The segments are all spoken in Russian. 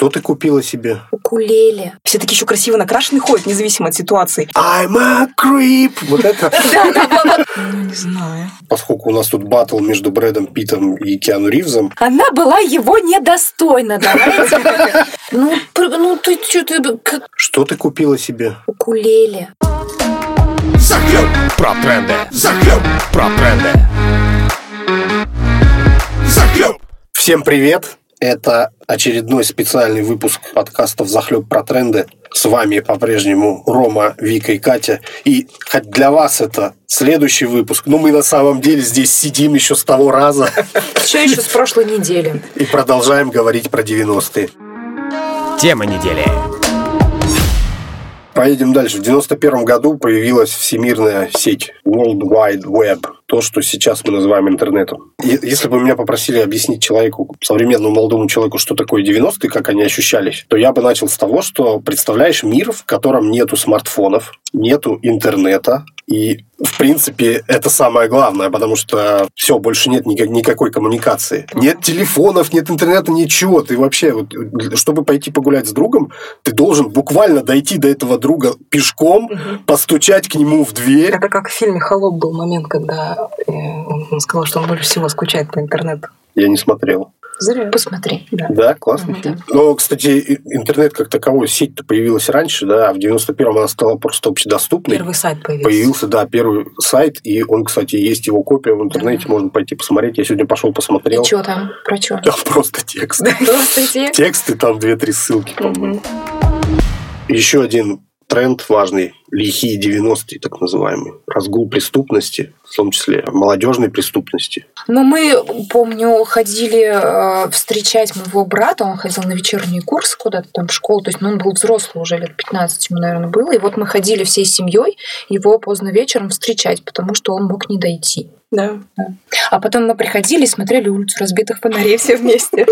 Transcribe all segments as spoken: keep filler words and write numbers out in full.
Что ты купила себе? Укулеле. Все такие еще красиво накрашенные ходят, независимо от ситуации. I'm a creep! Вот это? Да, да, вот. Ну, не знаю. Поскольку у нас тут баттл между Брэдом Питтом и Киану Ривзом. Она была его недостойна, давайте. Ну, ну ты что ты... Что ты купила себе? Укулеле. Захлеб про тренды. Захлеб про тренды. Захлеб. Всем привет! Это очередной специальный выпуск подкастов «Захлеб про тренды». С вами по-прежнему Рома, Вика и Катя. И хоть для вас это следующий выпуск, но мы на самом деле здесь сидим еще с того раза. Все еще с прошлой недели. И продолжаем говорить про девяностые. Тема недели. Поедем дальше. В девяносто первом году появилась всемирная сеть World Wide Web. То, что сейчас мы называем интернетом. И если бы меня попросили объяснить человеку, современному молодому человеку, что такое девяностые, как они ощущались, то я бы начал с того, что представляешь мир, в котором нету смартфонов, нету интернета. И, в принципе, это самое главное, потому что все, больше нет никак, никакой коммуникации. Нет телефонов, нет интернета, ничего. Ты вообще, вот, чтобы пойти погулять с другом, ты должен буквально дойти до этого друга пешком, угу. постучать к нему в дверь. Это как в фильме «Холоп» был момент, когда он сказал, что он больше всего скучает по интернету. Я не смотрел. Зря. Посмотри. Да, да классно. Да. Но, кстати, интернет как таковой, сеть-то появилась раньше, да, а в девяносто первом она стала просто общедоступной. Первый сайт появился. Появился, да, первый сайт, и он, кстати, есть его копия в интернете, да. Можно пойти посмотреть. Я сегодня пошел посмотрел. И что там? Про что? Там просто текст. Просто текст? Тексты, там две-три ссылки, по-моему. Еще один тренд важный. Лихие девяностые, так называемые. Разгул преступности, в том числе молодежной преступности. Ну, мы, помню, ходили э, встречать моего брата, он ходил на вечерний курс куда-то там в школу, то есть ну, он был взрослый уже, лет пятнадцать ему, наверное, было, и вот мы ходили всей семьей его поздно вечером встречать, потому что он мог не дойти. Да. да. А потом мы приходили и смотрели «Улицу разбитых фонарей» все вместе.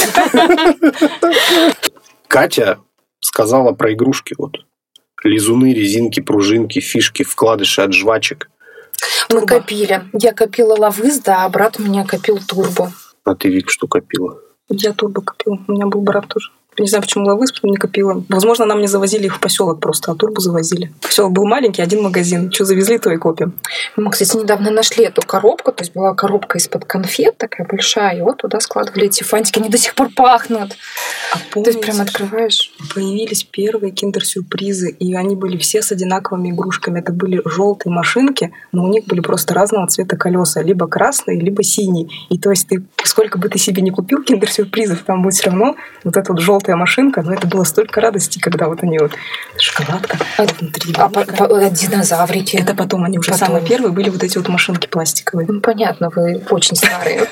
Катя сказала про игрушки, вот. Лизуны, резинки, пружинки, фишки, вкладыши от жвачек. Мы турбо. Копили. Я копила лавыз, да, а брат у меня копил турбо. А ты, Вик, что копила? Я турбо копила. У меня был брат тоже. Не знаю, почему лавыз, потом не копила. Возможно, нам не завозили их в поселок просто, а турбу завозили. Поселок был маленький, один магазин. Что завезли, то и копим. Мы, кстати, недавно нашли эту коробку. То есть была коробка из-под конфет такая большая. И вот туда складывали эти фантики. Они до сих пор пахнут. А помните, то есть прям открываешь. Появились первые киндер-сюрпризы, и они были все с одинаковыми игрушками. Это были желтые машинки, но у них были просто разного цвета колеса. Либо красные, либо синие. И то есть ты, сколько бы ты себе не купил киндер-сюрпризов, там будет все равно вот эта вот желтая машинка, но это было столько радости, когда вот они вот шоколадка а, внутри. А, по, по, динозаврики. Это потом они уже потом. Самые первые были вот эти вот машинки пластиковые. Ну, понятно, вы очень старые.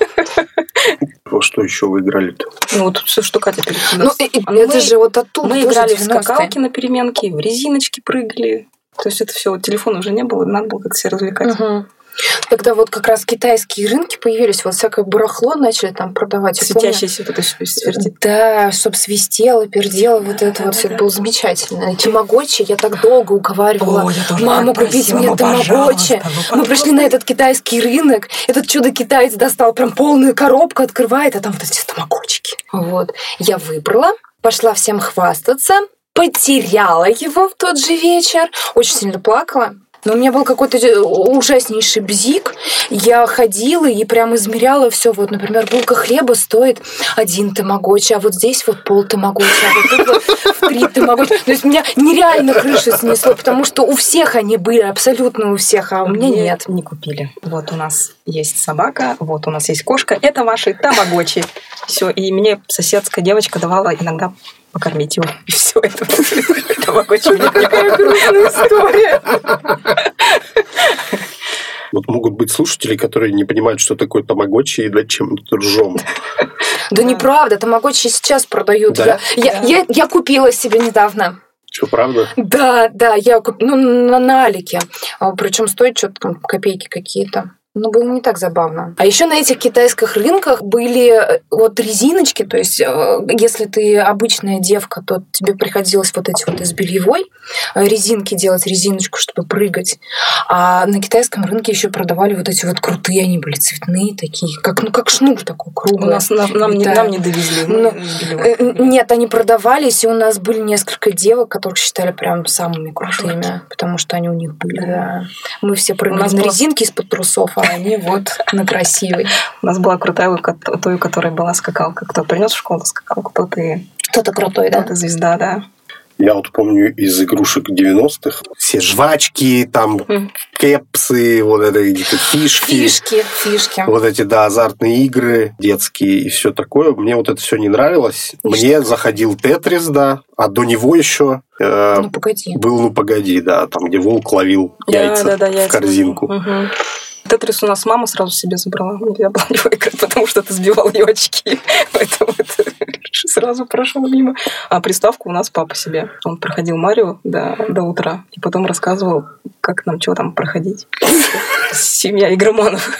Что еще вы играли-то? Ну, вот все, что Катя перечислила. Ну, это же вот оттуда. Мы играли в скакалки на переменке, в резиночки прыгали. То есть это все, телефона уже не было, надо было как-то себя развлекать. Угу. Когда вот как раз китайские рынки появились, вот всякое барахло начали там продавать. Светящееся вот это свердит. Да, чтоб свистело, пердело, вот это вот все было замечательно. Тамагочи я так долго уговаривала маму купить мне тамагочи. Мы пришли на этот китайский рынок, этот чудо-китаец достал прям полную коробку, открывает, а там вот эти тамагочики. Вот. Я выбрала, пошла всем хвастаться, потеряла его в тот же вечер, очень сильно плакала. Но у меня был какой-то ужаснейший бзик. Я ходила и прям измеряла все. Вот, например, булка хлеба стоит один тамагочи, а вот здесь вот пол тамагочи, а вот тут вот три тамагочи. То есть меня нереально крышу снесло, потому что у всех они были, абсолютно у всех, а у меня нет. Нет, не купили. Вот у нас есть собака, вот у нас есть кошка. Это ваши тамагочи. Все. И мне соседская девочка давала иногда покормить его. И все это. Какая грустная история. Вот могут быть слушатели, которые не понимают, что такое тамагочи и над чем тут ржем. Да неправда, тамагочи сейчас продают. Да? Я, я, я, я купила себе недавно. Что, правда? Да, да, я купила ну, на, на Алике. Причем стоит что-то там копейки какие-то. Ну, было не так забавно. А еще на этих китайских рынках были вот резиночки, то есть если ты обычная девка, то тебе приходилось вот эти вот из бельевой резинки делать, резиночку, чтобы прыгать. А на китайском рынке еще продавали вот эти вот крутые, они были цветные такие, как, ну, как шнур такой круглый. У нас нам, нам, не, нам не довезли. Ну, нет, они продавались, и у нас были несколько девок, которых считали прям самыми крутыми, потому что они у них были. Да. Мы все прыгали на была... резинке из-под трусов, а они вот на красивой. У нас была крутая, той, у которой была скакалка. Кто принес в школу скакалку, тот и... Кто-то крутой, да? Кто-то звезда, да. Я вот помню из игрушек девяностых все жвачки, там mm. кепсы, вот это какие-то фишки. Фишки, фишки. Вот эти, да, азартные игры детские и все такое. Мне вот это все не нравилось. И Мне что? заходил Тетрис, да, а до него еще э, ну, погоди. был «Ну, погоди», да, там, где волк ловил яйца, да, да, да, в корзинку. Угу. Тетрис у нас мама сразу себе забрала. Нельзя было его играть, потому что ты сбивал ее очки. Поэтому это сразу прошел мимо. А приставку у нас папа себе. Он проходил Марио до, до утра. И потом рассказывал, как нам что там проходить. Семья игроманов.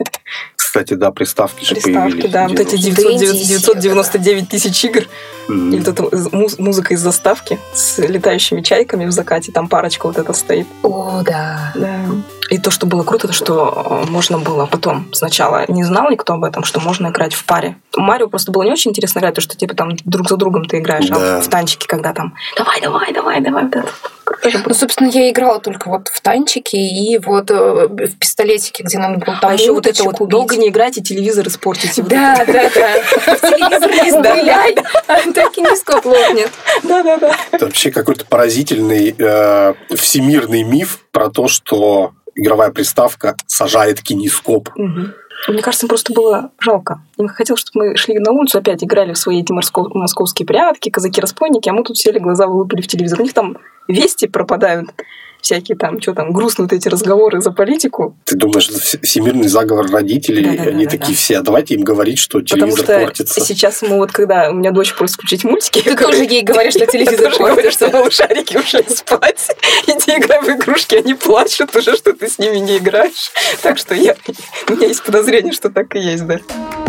Кстати, да, приставки же приставки, появились. Да, вот эти девятьсот девяносто девять тысяч игр. Mm-hmm. И вот эта музыка из заставки с летающими чайками в закате. Там парочка вот эта стоит. О, да. Да. И то, что было круто, то, что можно было потом сначала не знал никто об этом, что можно играть в паре. Марио просто было не очень интересно играть, то, что типа там друг за другом ты играешь, да. А в танчики, когда там давай, давай, давай, давай. Вот это. Ну, собственно, я играла только вот в танчики и вот в пистолетике, где надо было там а еще вот это вот убить. Долго не играть и телевизор испортить. Да, да, да. В телевизор не стреляй, так и кинескоп лопнет. Да, да, да. Это вообще какой-то поразительный всемирный миф про то, что игровая приставка сажает кинескоп. Мне кажется, им просто было жалко. Им хотелось, чтобы мы шли на улицу, опять играли в свои эти московские прятки, казаки-разбойники, а мы тут сели, глаза вылупили в телевизор. У них там вести пропадают. Всякие там, что там, грустные вот эти разговоры за политику. Ты думаешь, всемирный заговор родителей, да, да, они да, такие да. все, а давайте им говорить, что телевизор Потому что портится. Сейчас мы вот, когда у меня дочь просит включить мультики... Ты тоже ей говоришь, что телевизор портится. Я говорю, что малышарики ушли спать. Иди играй в игрушки, они плачут уже, что ты с ними не играешь. Так что я, у меня есть подозрение, что так и есть, да.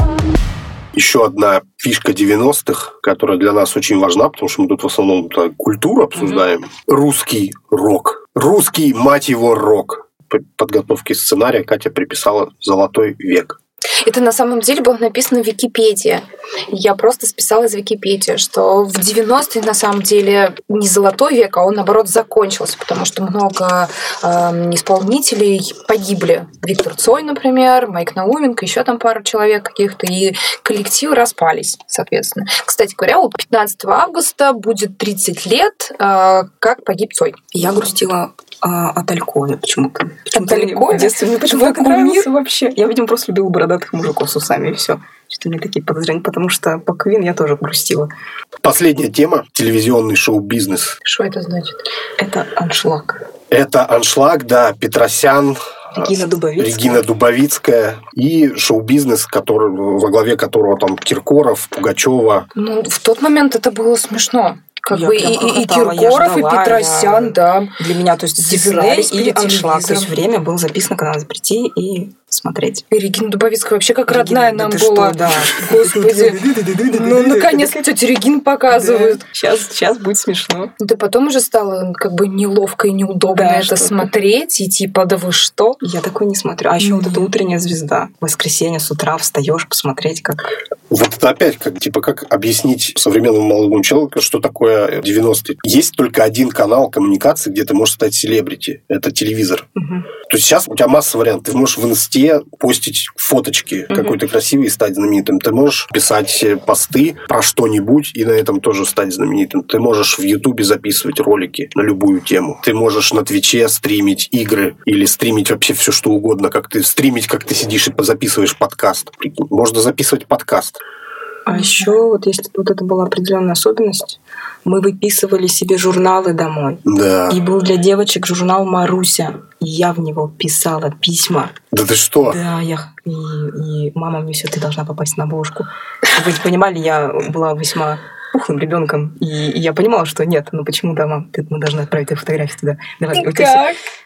Еще одна фишка девяностых, которая для нас очень важна, потому что мы тут в основном культуру обсуждаем. Mm-hmm. Русский рок. Русский, мать его, рок. По подготовке сценария Катя приписала «Золотой век». Это на самом деле было написано в Википедии. Я просто списала из Википедии, что в девяностые на самом деле не золотой век, а он, наоборот, закончился, потому что много э, исполнителей погибли. Виктор Цой, например, Майк Науменко, еще там пару человек каких-то, и коллективы распались, соответственно. Кстати говоря, вот пятнадцатого августа будет тридцать лет, э, как погиб Цой. Я грустила а, от Алькове почему-то. почему-то. От Алькове? В детстве мне почему-то нравился вообще. Я, видимо, просто любила бородатых мужиков с усами, и все. Что-то у меня такие подозрения, потому что по Квин я тоже грустила. Последняя тема – телевизионный шоу-бизнес. Что это значит? Это аншлаг. Это аншлаг, да, Петросян, Регина Дубовицкая. Регина Дубовицкая и шоу-бизнес, который, во главе которого там Киркоров, Пугачева. Ну, в тот момент это было смешно. Как я бы и, и, и Киркоров, и Петросян, я... да. Для меня, то есть, Дисней и аншлаг. То есть, время было записано, когда надо прийти и смотреть. И Регина Дубовицкая вообще как родная Регина, нам да была. Что, да. Господи. Ну, наконец, тетя Регин показывают. Да. Сейчас, сейчас будет смешно. Да потом уже стало как бы неловко и неудобно да, это смотреть. И типа, да вы что? Я такое не смотрю. А еще mm-hmm. вот эта утренняя звезда. В воскресенье с утра встаешь посмотреть, как... Вот это опять, как, типа, как объяснить современному молодому человеку, что такое девяностые. Есть только один канал коммуникации, где ты можешь стать селебрити. Это телевизор. Mm-hmm. То есть сейчас у тебя масса вариантов. Ты можешь в инсте постить фоточки mm-hmm. какой-то красивой и стать знаменитым. Ты можешь писать посты про что-нибудь и на этом тоже стать знаменитым. Ты можешь в Ютубе записывать ролики на любую тему. Ты можешь на Твиче стримить игры или стримить вообще все что угодно. Как ты стримить, как ты сидишь и записываешь подкаст. Можно записывать подкаст. А еще вот если вот это была определенная особенность, мы выписывали себе журналы домой. Да. И был для девочек журнал «Маруся». И я в него писала письма. Да ты что? Да, я... И, и мама мне все, ты должна попасть на обложку. Вы понимали, я была весьма пухлым ребенком, и, и я понимала, что нет, ну почему, да, мам, ты, мы должны отправить фотографии туда. Давай, как?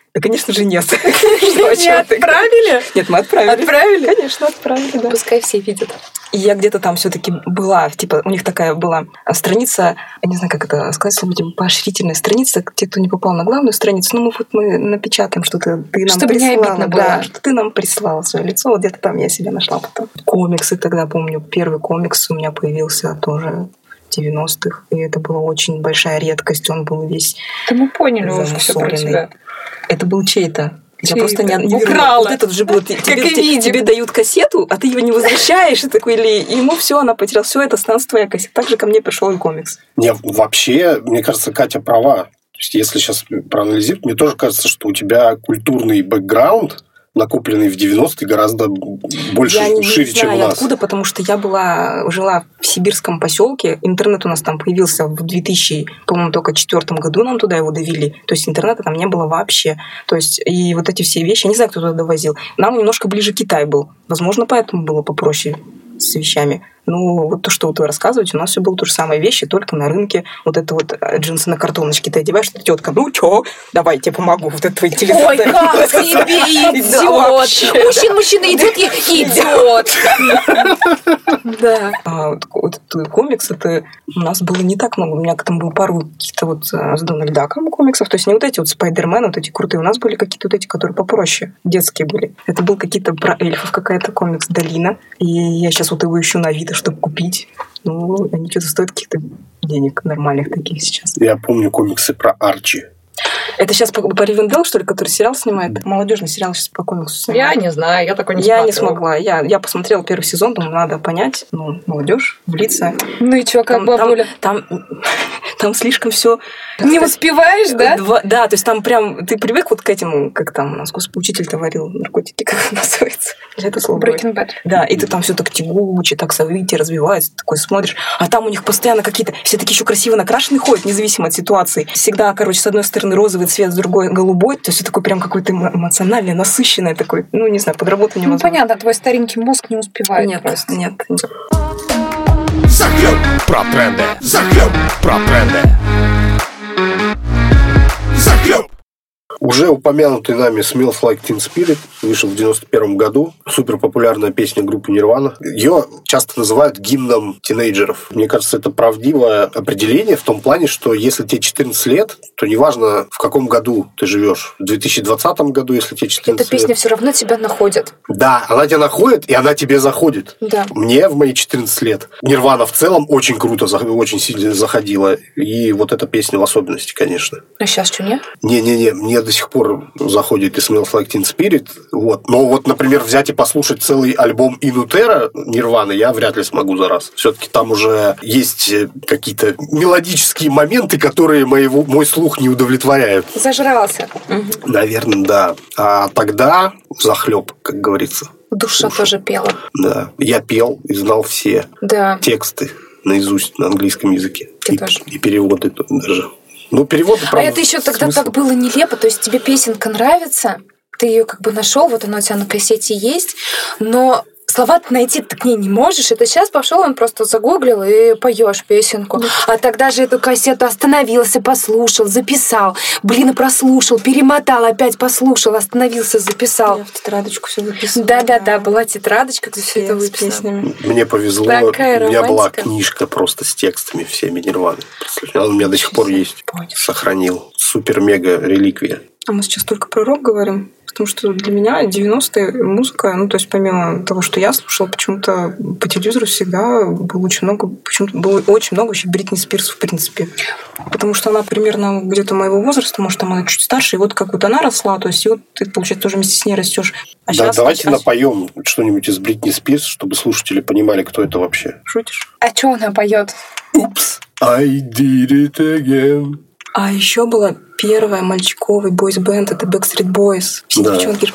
Да, конечно же, нет. Не отправили? Нет, мы отправили. Отправили? Конечно, отправили, да. Пускай все видят. И я где-то там все-таки была, типа, у них такая была страница, я не знаю, как это сказать, слово, типа, поощрительная страница, те, кто не попал на главную страницу, ну, мы вот мы напечатаем, что ты, ты нам Чтобы прислала. не обидно было. Да, что ты нам прислала свое лицо, вот где-то там я себя нашла потом. Комиксы тогда, помню, первый комикс у меня появился тоже в девяностых, и это была очень большая редкость, он был весь Да мы поняли уже все про замусоленный. тебя. Это был чей-то. Я Чей просто не, это? не Украл, вернула. Вот да? этот же был. Тебе, и тебе, видим. тебе дают кассету, а ты ее не возвращаешь, и такой, или ему все, она потеряла, все, это становится твоя кассета. Так же ко мне пришел и комикс. Не, вообще, мне кажется, Катя права. То есть, если сейчас проанализировать, мне тоже кажется, что у тебя культурный бэкграунд, накопленный в девяностые, гораздо больше, Я не, шире, не чем у знаю, нас. откуда, потому что я была, жила в сибирском поселке. Интернет у нас там появился в две тысячи, по-моему, только четвертом году нам туда его довели. То есть интернета там не было вообще. То есть и вот эти все вещи, я не знаю, кто туда довозил. Нам немножко ближе Китай был. Возможно, поэтому было попроще с вещами. Ну, вот то, что вот вы рассказываете, у нас все было то же самое вещи, только на рынке. Вот это вот джинсы на картоночке ты одеваешь, что тетка, ну чё, давай, я тебе помогу. Вот это твои телефоны. Ой, как тебе идет! Мужчина, мужчина идет и идет. Да. А вот, вот этот комикс, это у нас было не так много. У меня там было пару каких-то вот с Дональдом Даком комиксов. То есть не вот эти вот Спайдермены, вот эти крутые. У нас были какие-то вот эти, которые попроще, детские были. Это был какие-то про эльфов какая-то комикс Долина. И я сейчас вот его ищу на Авито, чтобы купить. Ну, они что-то стоят каких-то денег нормальных таких сейчас. Я помню комиксы про Арчи. Это сейчас по, по Ривенделл, что ли, который сериал снимает? Молодежный сериал сейчас по комиксу снимает. Я не знаю, я такой не Я смотрю. не смогла. Я, я посмотрела первый сезон, думаю, надо понять. Ну, молодежь, влиться. Ну и чё, как Там, бабуля? Там, там, там слишком все. Не успеваешь, да? Два- да, то есть там прям ты привык вот к этому, как там у нас, господи, учитель-то варил наркотики, как это называется? Или это слово? Breaking Bad. Да, и ты там все так тягуче, так события развивается, такой смотришь, а там у них постоянно какие-то, все такие еще красиво накрашенные ходят, независимо от ситуации. Всегда, короче, с одной стороны розовый цвет, с другой голубой, то есть это такой прям какой-то эмоциональный, насыщенный такой, ну, не знаю, подработать Ну, невозможно. понятно, твой старенький мозг не успевает Нет, просто. нет, нет. Захлеб про тренды. Захлеб про тренды. Захлеб. Уже упомянутый нами Smells Like Teen Spirit вышел в девяносто первом году. Супер популярная песня группы Nirvana. Ее часто называют гимном тинейджеров. Мне кажется, это правдивое определение в том плане, что если тебе четырнадцать лет, то неважно, в каком году ты живешь. В две тысячи двадцатом году, если тебе четырнадцать Эта песня лет. все равно тебя находит. Да, она тебя находит, и она тебе заходит. Да. Мне в мои четырнадцать лет Nirvana в целом очень круто, очень сильно заходила. И вот эта песня в особенности, конечно. А сейчас что, нет? Не-не-не, мне до сих пор заходит и Smells Like Teen Spirit. Вот. Но вот, например, взять и послушать целый альбом Инутера Нирваны я вряд ли смогу за раз. Все-таки там уже есть какие-то мелодические моменты, которые моего, мой слух не удовлетворяют. Зажрался. Наверное, да. А тогда захлеб, как говорится. Душа Душа. тоже пела. Да. Я пел и знал все Да. тексты наизусть на английском языке. Я И, тоже. и переводы даже. Ну, переводы, А правда, это еще тогда смысл. так было нелепо. То есть тебе песенка нравится, ты ее как бы нашел, вот она у тебя на кассете есть, но слова ты найти ты к ней не можешь. Это сейчас пошел, он просто загуглил и поешь песенку. А тогда же эту кассету остановился, послушал, записал. Блин, и прослушал, перемотал, опять послушал, остановился, записал. Я в тетрадочку все выписала. Да-да-да, была тетрадочка, где все это с выписано. песнями. Мне повезло, Такая у меня была романтика. книжка просто с текстами всеми Нирваны. Она у меня до сих пор есть. Сохранил. Супер-мега реликвия. А мы сейчас только про рок говорим. Потому что для меня девяностые музыка, ну, то есть помимо того, что я слушала, почему-то по телевизору всегда было очень много, почему-то было очень много вообще Бритни Спирс, в принципе. Потому что она примерно где-то моего возраста, может, там она чуть старше, и вот как вот она росла, то есть и вот ты, получается, тоже вместе с ней растешь. А Да, сейчас, давайте а- напоем что-нибудь из Бритни Спирс, чтобы слушатели понимали, кто это вообще. Шутишь? А что она поет? Упс. I did it again. А еще была первая мальчиковый бойс-бенд, это Backstreet Boys. Все Да. девчонки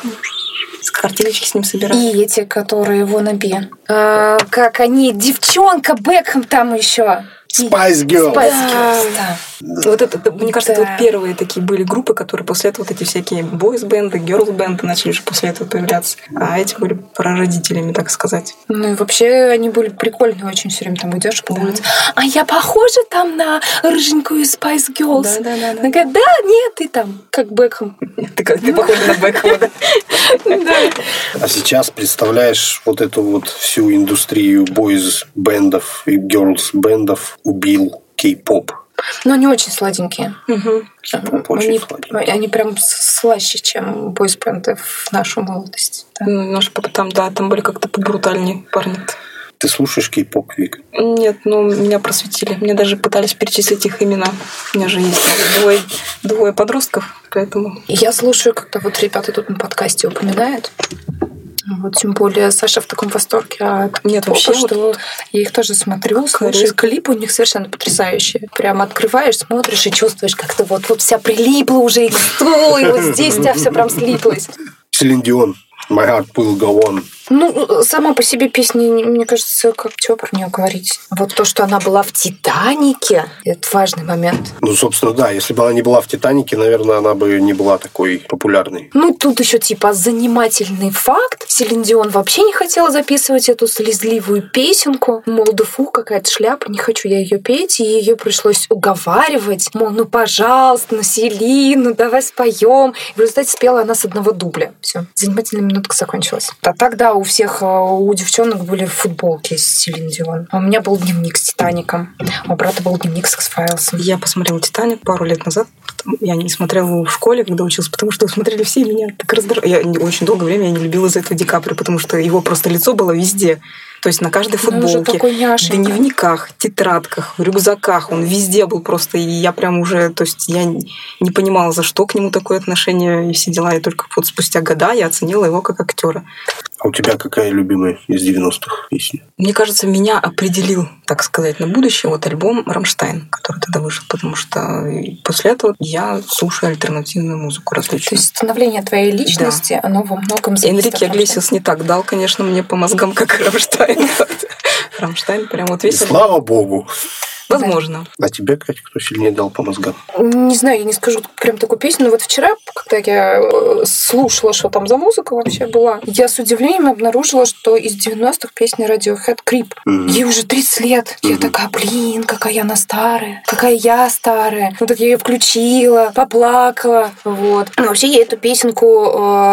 с картиночки с ним собирали. И эти, которые его наби. А, как они, девчонка Бекхэм там еще. Spice Girls. Spice Да. Girls, да. Вот это, это, мне кажется, Да. это вот первые такие были группы, которые после этого вот эти всякие бойс-бенды, герлс-бенды начали уже после этого появляться. А эти были прародителями, так сказать. Ну и вообще они были прикольные очень, все время там идешь по Да. улице. А я похожа там на рыженькую Spice Girls. Да, да, да, да. Она говорит, да, нет, ты там, как Бекхэм. Ты, как- ты похожа на Бекхэма, да? А сейчас представляешь, вот эту вот всю индустрию бойз-бендов и герлс-бендов убил кей-поп. Но они очень сладенькие. Мгм. Кей-поп очень Они, сладенький. они прям слаще, чем бойсбенды в нашу молодость. Да. Ну, наш папа там, да, там были как-то побрутальнее парни. Ты слушаешь кей-поп, Вика? Нет, ну, меня просветили. Мне даже пытались перечислить их имена. У меня же есть двое, двое подростков, поэтому... И я слушаю, когда вот ребята тут на подкасте упоминают. Вот, тем более Саша в таком восторге от Нет, попа, вообще что вот- я их тоже смотрю, Какая слушаю. резкая. Клипы у них совершенно потрясающие. Прям открываешь, смотришь и чувствуешь, как ты вот, вот вся прилипла уже и к стулу, и вот здесь у тебя все прям слиплось. Селин Дион. My heart will go on. Ну, сама по себе песня, мне кажется, как чего про нее говорить. Вот то, что она была в «Титанике», это важный момент. Ну, собственно, да. Если бы она не была в «Титанике», наверное, она бы не была такой популярной. Ну, тут еще типа занимательный факт. Селин Дион вообще не хотела записывать эту слезливую песенку. Мол, да фу, какая-то шляпа, не хочу я ее петь. И ее пришлось уговаривать. Мол, ну, пожалуйста, ну, Селин, ну, давай споем. В результате спела она с одного дубля. Все, занимательная минутка закончилась. А тогда у всех, у девчонок были футболки с Селин Дион. А у меня был дневник с «Титаником». А у брата был дневник с X-Files. Я посмотрела «Титаник» пару лет назад. Я не смотрела его в школе, когда училась, потому что его смотрели все, и меня так раздражало. Я не- очень долгое время я не любила из-за этого Ди Каприо, потому что его просто лицо было везде. То есть на каждой Ну, уже футболке, такой в няшенька. дневниках, тетрадках, в рюкзаках. Он везде был просто. И я прям уже... То есть я не не понимала, за что к нему такое отношение и все дела. И только вот спустя года я оценила его как актера. А у тебя какая любимая из девяностых песня? Мне кажется, меня определил, так сказать, на будущее вот альбом «Рамштайн», который тогда вышел, потому что после этого я слушаю альтернативную музыку То различную. есть становление твоей личности, оно во многом зависит Энрике от Иглесиас не так дал, конечно, мне по мозгам, как и Рамштайн. Рамштайн прям вот И весь... слава богу. Возможно. А тебе, Катя, кто сильнее дал по мозгам? Не знаю, я не скажу прям такую песню, но вот вчера, когда я э, слушала, что там за музыка вообще была, я с удивлением обнаружила, что из девяностых песня Radiohead «Creep». Мгм. Ей уже тридцать лет. Я Мгм. такая, блин, какая она старая, какая я старая. Вот так я ее включила, поплакала. Вот. Но вообще я эту песенку,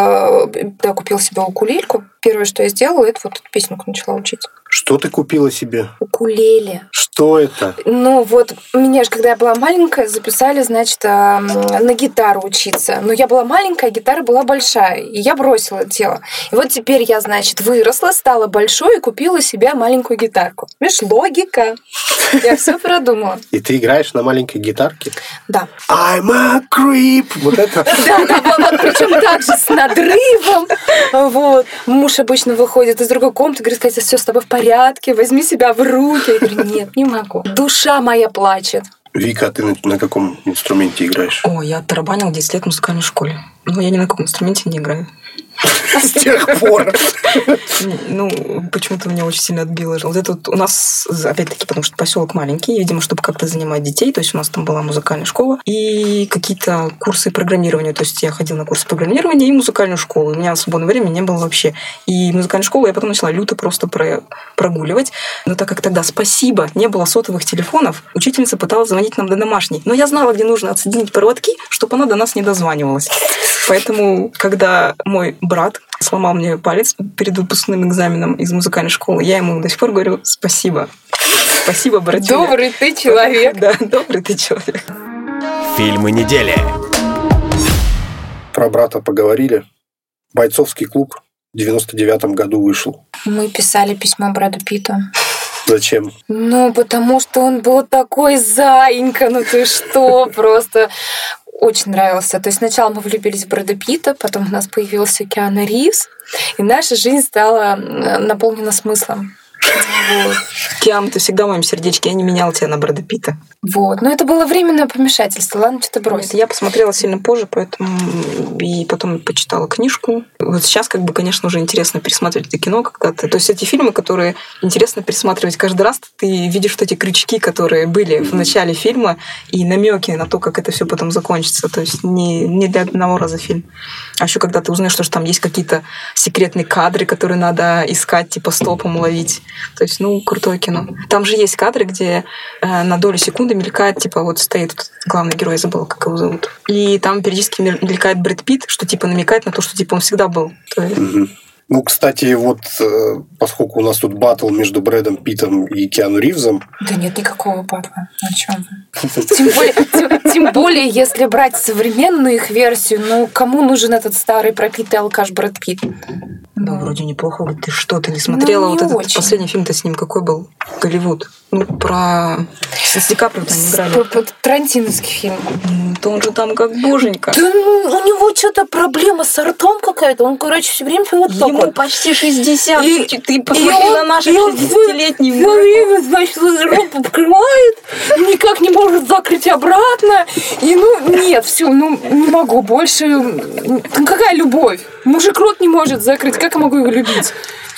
э, да, купила себе укулельку. Первое, что я сделала, это вот эту песенку начала учить. Что ты купила себе? Укулеле. Что это? Ну вот, меня же, когда я была маленькая, записали, значит, эм, на гитару учиться. Но я была маленькая, а гитара была большая. И я бросила это дело. И вот теперь я, значит, выросла, стала большой и купила себе маленькую гитарку. Видишь, логика. Я все продумала. И ты играешь на маленькой гитарке? Да. I'm a creep. Вот это. Да, да, вот, вот, причем так же с надрывом. Вот. Муж обычно выходит из другой комнаты, говорит, Катя, все с тобой в порядке, возьми себя в руки. Я говорю, нет, не могу. Душа моя плачет. Вика, а ты на, на каком инструменте играешь? О, я тарабанила десять лет в музыкальной школе. Ну, я ни на каком инструменте не играю. С тех пор. Ну, почему-то меня очень сильно отбило. Вот это вот у нас, опять-таки, потому что поселок маленький, видимо, чтобы как-то занимать детей, то есть у нас там была музыкальная школа и какие-то курсы программирования. То есть я ходила на курсы программирования и музыкальную школу. У меня свободного времени не было вообще. И музыкальную школу я потом начала люто просто про- прогуливать. Но так как тогда, спасибо, не было сотовых телефонов, учительница пыталась звонить нам до домашней. Но я знала, где нужно отсоединить проводки, чтобы она до нас не дозванивалась. Поэтому, когда мой брат сломал мне палец перед выпускным экзаменом из музыкальной школы, я ему до сих пор говорю спасибо. Спасибо, братюня. Добрый ты человек. Да, добрый ты человек. Фильмы недели. Про брата поговорили. Бойцовский клуб в девяносто девятом году вышел. Мы писали письмо Брэду Питту. Зачем? Ну, потому что он был такой заинька, ну ты что, просто очень нравился. То есть сначала мы влюбились в Брэда Питта, потом у нас появился Киану Ривз, и наша жизнь стала наполнена смыслом. Вот. Киам, ты всегда в моем сердечке, я не меняла тебя на Брэда Питта. Вот. Но это было временное помешательство. Ладно, что-то бросить. Я посмотрела сильно позже, поэтому и потом почитала книжку. вот сейчас, как бы, конечно, уже интересно пересматривать это кино когда-то. То есть эти фильмы, которые интересно пересматривать каждый раз, ты видишь вот эти крючки, которые были в начале фильма, и намеки на то, как это все потом закончится. То есть не, не для одного раза фильм. А еще когда ты узнаешь, что там есть какие-то секретные кадры, которые надо искать, типа стопом ловить. То есть, ну, крутое кино. Там же есть кадры, где э, на долю секунды мелькает, типа, вот стоит вот главный герой, я забыла, как его зовут. И там периодически мелькает Брэд Питт, что, типа, намекает на то, что, типа, он всегда был. То есть... mm-hmm. Ну, кстати, вот поскольку у нас тут баттл между Брэдом Питтом и Киану Ривзом... Да нет никакого батла. О чем вы? Тем более, тем, тем более, если брать современную их версию, ну, кому нужен этот старый пропитый алкаш Брэд Питт? Да, вроде неплохо. Ты что, ты не смотрела? Ну, не вот этот последний фильм-то с ним какой был? Голливуд. Ну, про... С Ди Каприо там играли. Тарантиновский фильм. То он же там как боженька. Да, у него что-то проблема с ртом какая-то. Он, короче, все время вот так Ему вот. почти шестьдесят. И, ты посмотри он, на наших шестидесятилетних. Все время, значит, рот открывает, никак не может закрыть обратно. И, ну, нет, все, ну, не могу больше. Ну, какая любовь? Мужик рот не может закрыть. Как я могу его любить?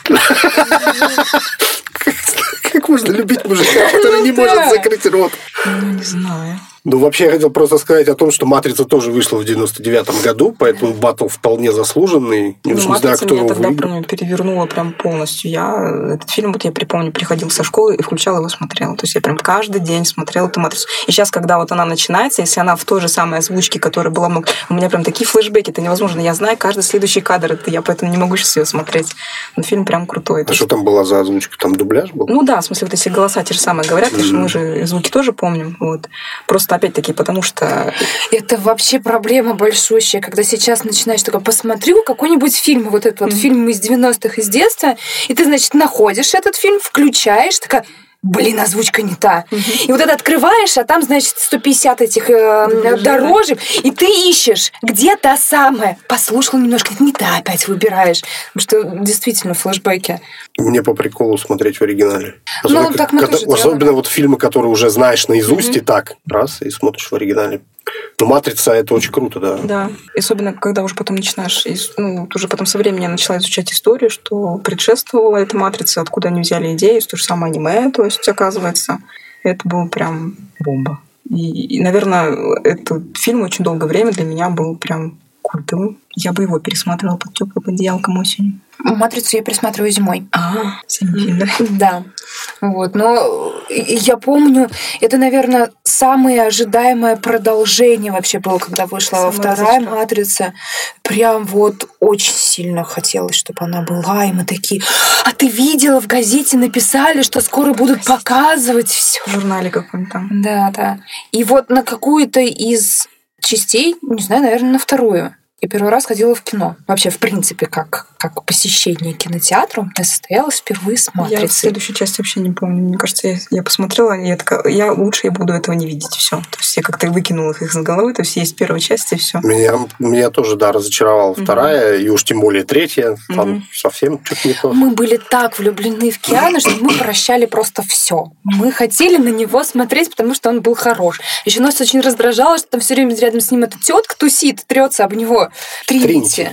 Как можно любить мужика, который не может закрыть рот? Ну, не знаю. Ну, вообще, я хотел просто сказать о том, что «Матрица» тоже вышла в девяносто девятом году, поэтому баттл вполне заслуженный. Ну, не знаю, «Матрица» кто меня его тогда выиграл. перевернула прям полностью. Я этот фильм, вот я припомню, приходила со школы и включала его, смотрела. То есть я прям каждый день смотрела эту «Матрицу». И сейчас, когда вот она начинается, если она в той же самой озвучке, которая была... У меня прям такие флешбеки, это невозможно. Я знаю каждый следующий кадр, это я поэтому не могу сейчас ее смотреть. Но фильм прям крутой. А что там была за озвучка? Там дубляж был? Ну да, в смысле, вот если голоса те же самые говорят, mm-hmm. мы же звуки тоже помним. Вот. Просто опять-таки, потому что это вообще проблема большущая, когда сейчас начинаешь такой, посмотрю какой-нибудь фильм, вот этот mm-hmm. вот фильм из девяностых, из детства, и ты, значит, находишь этот фильм, включаешь, такая, блин, озвучка не та. Mm-hmm. И вот это открываешь, а там, значит, сто пятьдесят этих э, дорожек, и ты ищешь, где та самая. Послушал немножко, не та опять выбираешь. Потому что действительно флешбеки. Мне по приколу смотреть в оригинале. Особенно, ну, так мы когда, тоже особенно делаем. вот фильмы, которые уже знаешь наизусть, mm-hmm. и так, раз, и смотришь в оригинале. Но «Матрица» — это очень круто, да. Да. Особенно, когда уже потом начинаешь... Ну, уже потом со временем я начала изучать историю, что предшествовала эта «Матрица», откуда они взяли идею, то же самое аниме, то есть, оказывается, это был прям бомба. И, и, наверное, этот фильм очень долгое время для меня был прям культовым. Я бы его пересматривала под тёплым одеялком осенью. «Матрицу» я пересматриваю зимой. А, зимой, да. Вот. Но я помню, это, наверное, самое ожидаемое продолжение вообще было, когда вышла Самая вторая разочка. «Матрица». Прям вот очень сильно хотелось, чтобы она была. И мы такие, а ты видела, в газете написали, что скоро будут показывать все. В журнале каком-то там. Да, да. И вот на какую-то из частей, не знаю, наверное, на вторую. Я первый раз ходила в кино. Вообще, в принципе, как, как посещение кинотеатра я состоялась впервые с «Матрицей». Я следующую часть вообще не помню. Мне кажется, я, я посмотрела, и я такая, я лучше я буду этого не видеть. Все. То есть я как-то выкинула их из головы. То есть есть первая часть, и все. Меня, меня тоже, да, разочаровала mm-hmm. вторая, и уж тем более третья. Там mm-hmm. совсем что-то не то. Мы были так влюблены в Киану, что мы прощали просто все. Мы хотели на него смотреть, потому что он был хорош. Еще нас очень раздражало, что там все время рядом с ним эта тетка тусит, трется об него. Тринити.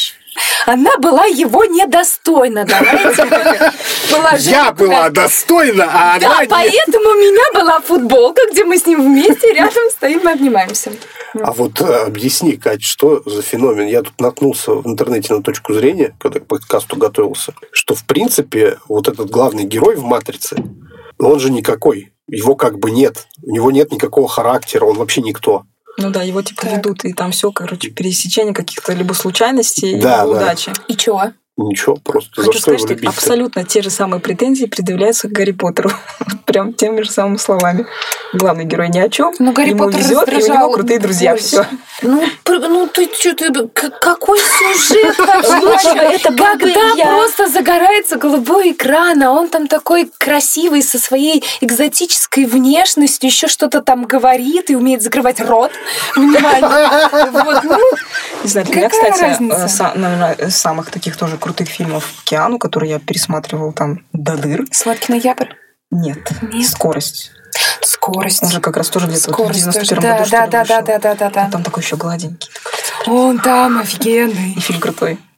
Она была его недостойна, давайте. Я была достойна, а да, она нет. Поэтому у меня была футболка, где мы с ним вместе рядом стоим и обнимаемся. А вот объясни, Кать, что за феномен? Я тут наткнулся в интернете на точку зрения, когда к подкасту готовился, что, в принципе, вот этот главный герой в «Матрице», он же никакой. Его как бы нет. У него нет никакого характера, он вообще никто. Ну да, его типа так. ведут, и там все, короче, пересечение каких-то либо случайностей, да, либо да. удачи. И чё? Ничего, просто Хочу за что сказать, его любить? что абсолютно те же самые претензии предъявляются к Гарри Поттеру. Прям теми же самыми словами. Главный герой ни о чем. Ну, Гарри ему Поттер везет, и у него крутые друзья. Все. Ну, ну ты что, ты какой сюжет вообще? Когда просто загорается голубой экран, а он там такой красивый со своей экзотической внешностью, еще что-то там говорит и умеет закрывать рот. Внимание. Вот, ну, не знаю, для меня, кстати, наверное, самых таких тоже крутых фильмов Киану, которые я пересматривала там до дыр. «Сладкий ноябрь»? Нет. Нет. «Скорость». «Скорость». Он же как раз тоже где-то в девяносто первом да, году, да, что ли, да, да, да, да, да, да. Он там такой еще гладенький. Он там офигенный. И фильм крутой.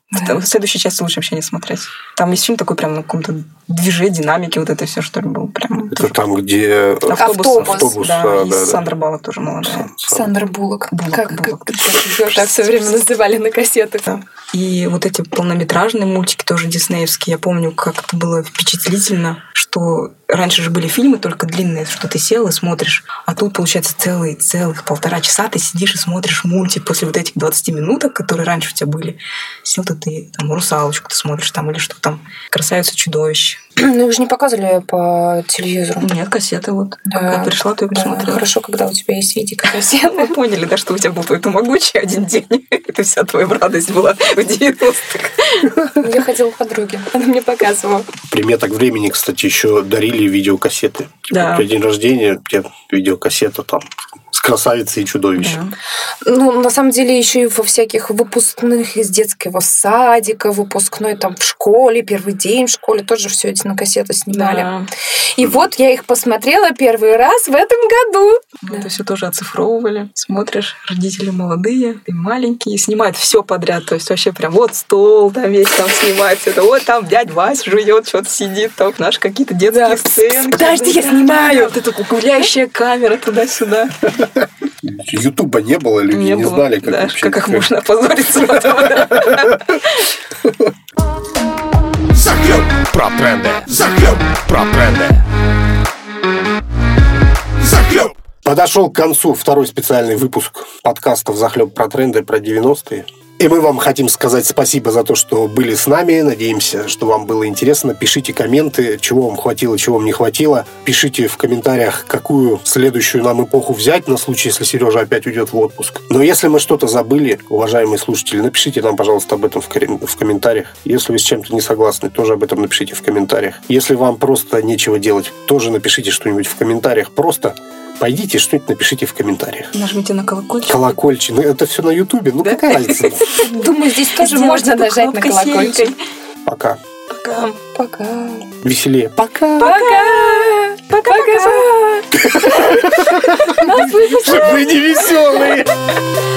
В следующей части лучше вообще не смотреть. Там есть фильм такой прям на каком-то движении, динамике, вот это все, что ли, было. Прям это тоже... там, где... Автобус. Автобус, Автобус да, да, и да, Сандра Баллок тоже молодая. Сандра Буллок. Буллок, Как, Буллок. как, как ее так все время называли на кассетах. Да. И вот эти полнометражные мультики тоже диснеевские. Я помню, как это было впечатлительно, что раньше же были фильмы только длинные, что ты сел и смотришь, а тут, получается, целый, целых полтора часа ты сидишь и смотришь мультик после вот этих двадцати минуток, которые раньше у тебя были. Сел-то ты, там, «Русалочку» ты смотришь, там, или что там, «Красавица-чудовище». Ну, вы же не показывали по телевизору. Нет, кассеты вот. Да. Как я пришла, то я Да, посмотрела. хорошо, когда у тебя есть видеокассеты. Мы поняли, да, что у тебя был твой тамагочи один день. Это вся твоя радость была в девяностых. Я ходила к подруге, она мне показывала. Приметок времени, кстати, еще дарили видеокассеты. Да. Типа, день рождения, тебе видеокассета там с «Красавицей и чудовищем». Да. Ну, на самом деле, еще и во всяких выпускных из детского садика, выпускной там в школе, первый день в школе, тоже все эти на кассеты снимали. Да. И вот я их посмотрела первый раз в этом году. Мы это все тоже оцифровывали. Смотришь, родители молодые, ты маленькие, снимают все подряд. То есть вообще прям вот стол там весь там снимается. Это вот там дядь Вась жует, что-то сидит, там наши какие-то детские Да. сценки. Подожди, я снимаю! Вот эта гуляющая камера туда-сюда. Ютуба не было, люди не, Не было. знали, как Да, вообще... как их можно опозориться потом. Захлеб про тренды. Захлеб про тренды. Захлеб. Подошел к концу второй специальный выпуск подкастов «Захлеб про тренды» про девяностые. И мы вам хотим сказать спасибо за то, что были с нами. Надеемся, что вам было интересно. Пишите комменты, чего вам хватило, чего вам не хватило. Пишите в комментариях, какую следующую нам эпоху взять на случай, если Сережа опять уйдет в отпуск. Но если мы что-то забыли, уважаемые слушатели, напишите нам, пожалуйста, об этом в, ком- в комментариях. Если вы с чем-то не согласны, тоже об этом напишите в комментариях. Если вам просто нечего делать, тоже напишите что-нибудь в комментариях. Просто пойдите, что-нибудь напишите в комментариях. Нажмите на колокольчик. Колокольчик. Ну, это все на Ютубе. Ну, Да? какая разница? Думаю, здесь тоже Сделайте можно эту нажать на кнопкой колокольчик. серенькой. Пока. Пока. Пока. Веселее. Пока. Пока. Пока. Нас выпустили. Вы не веселые.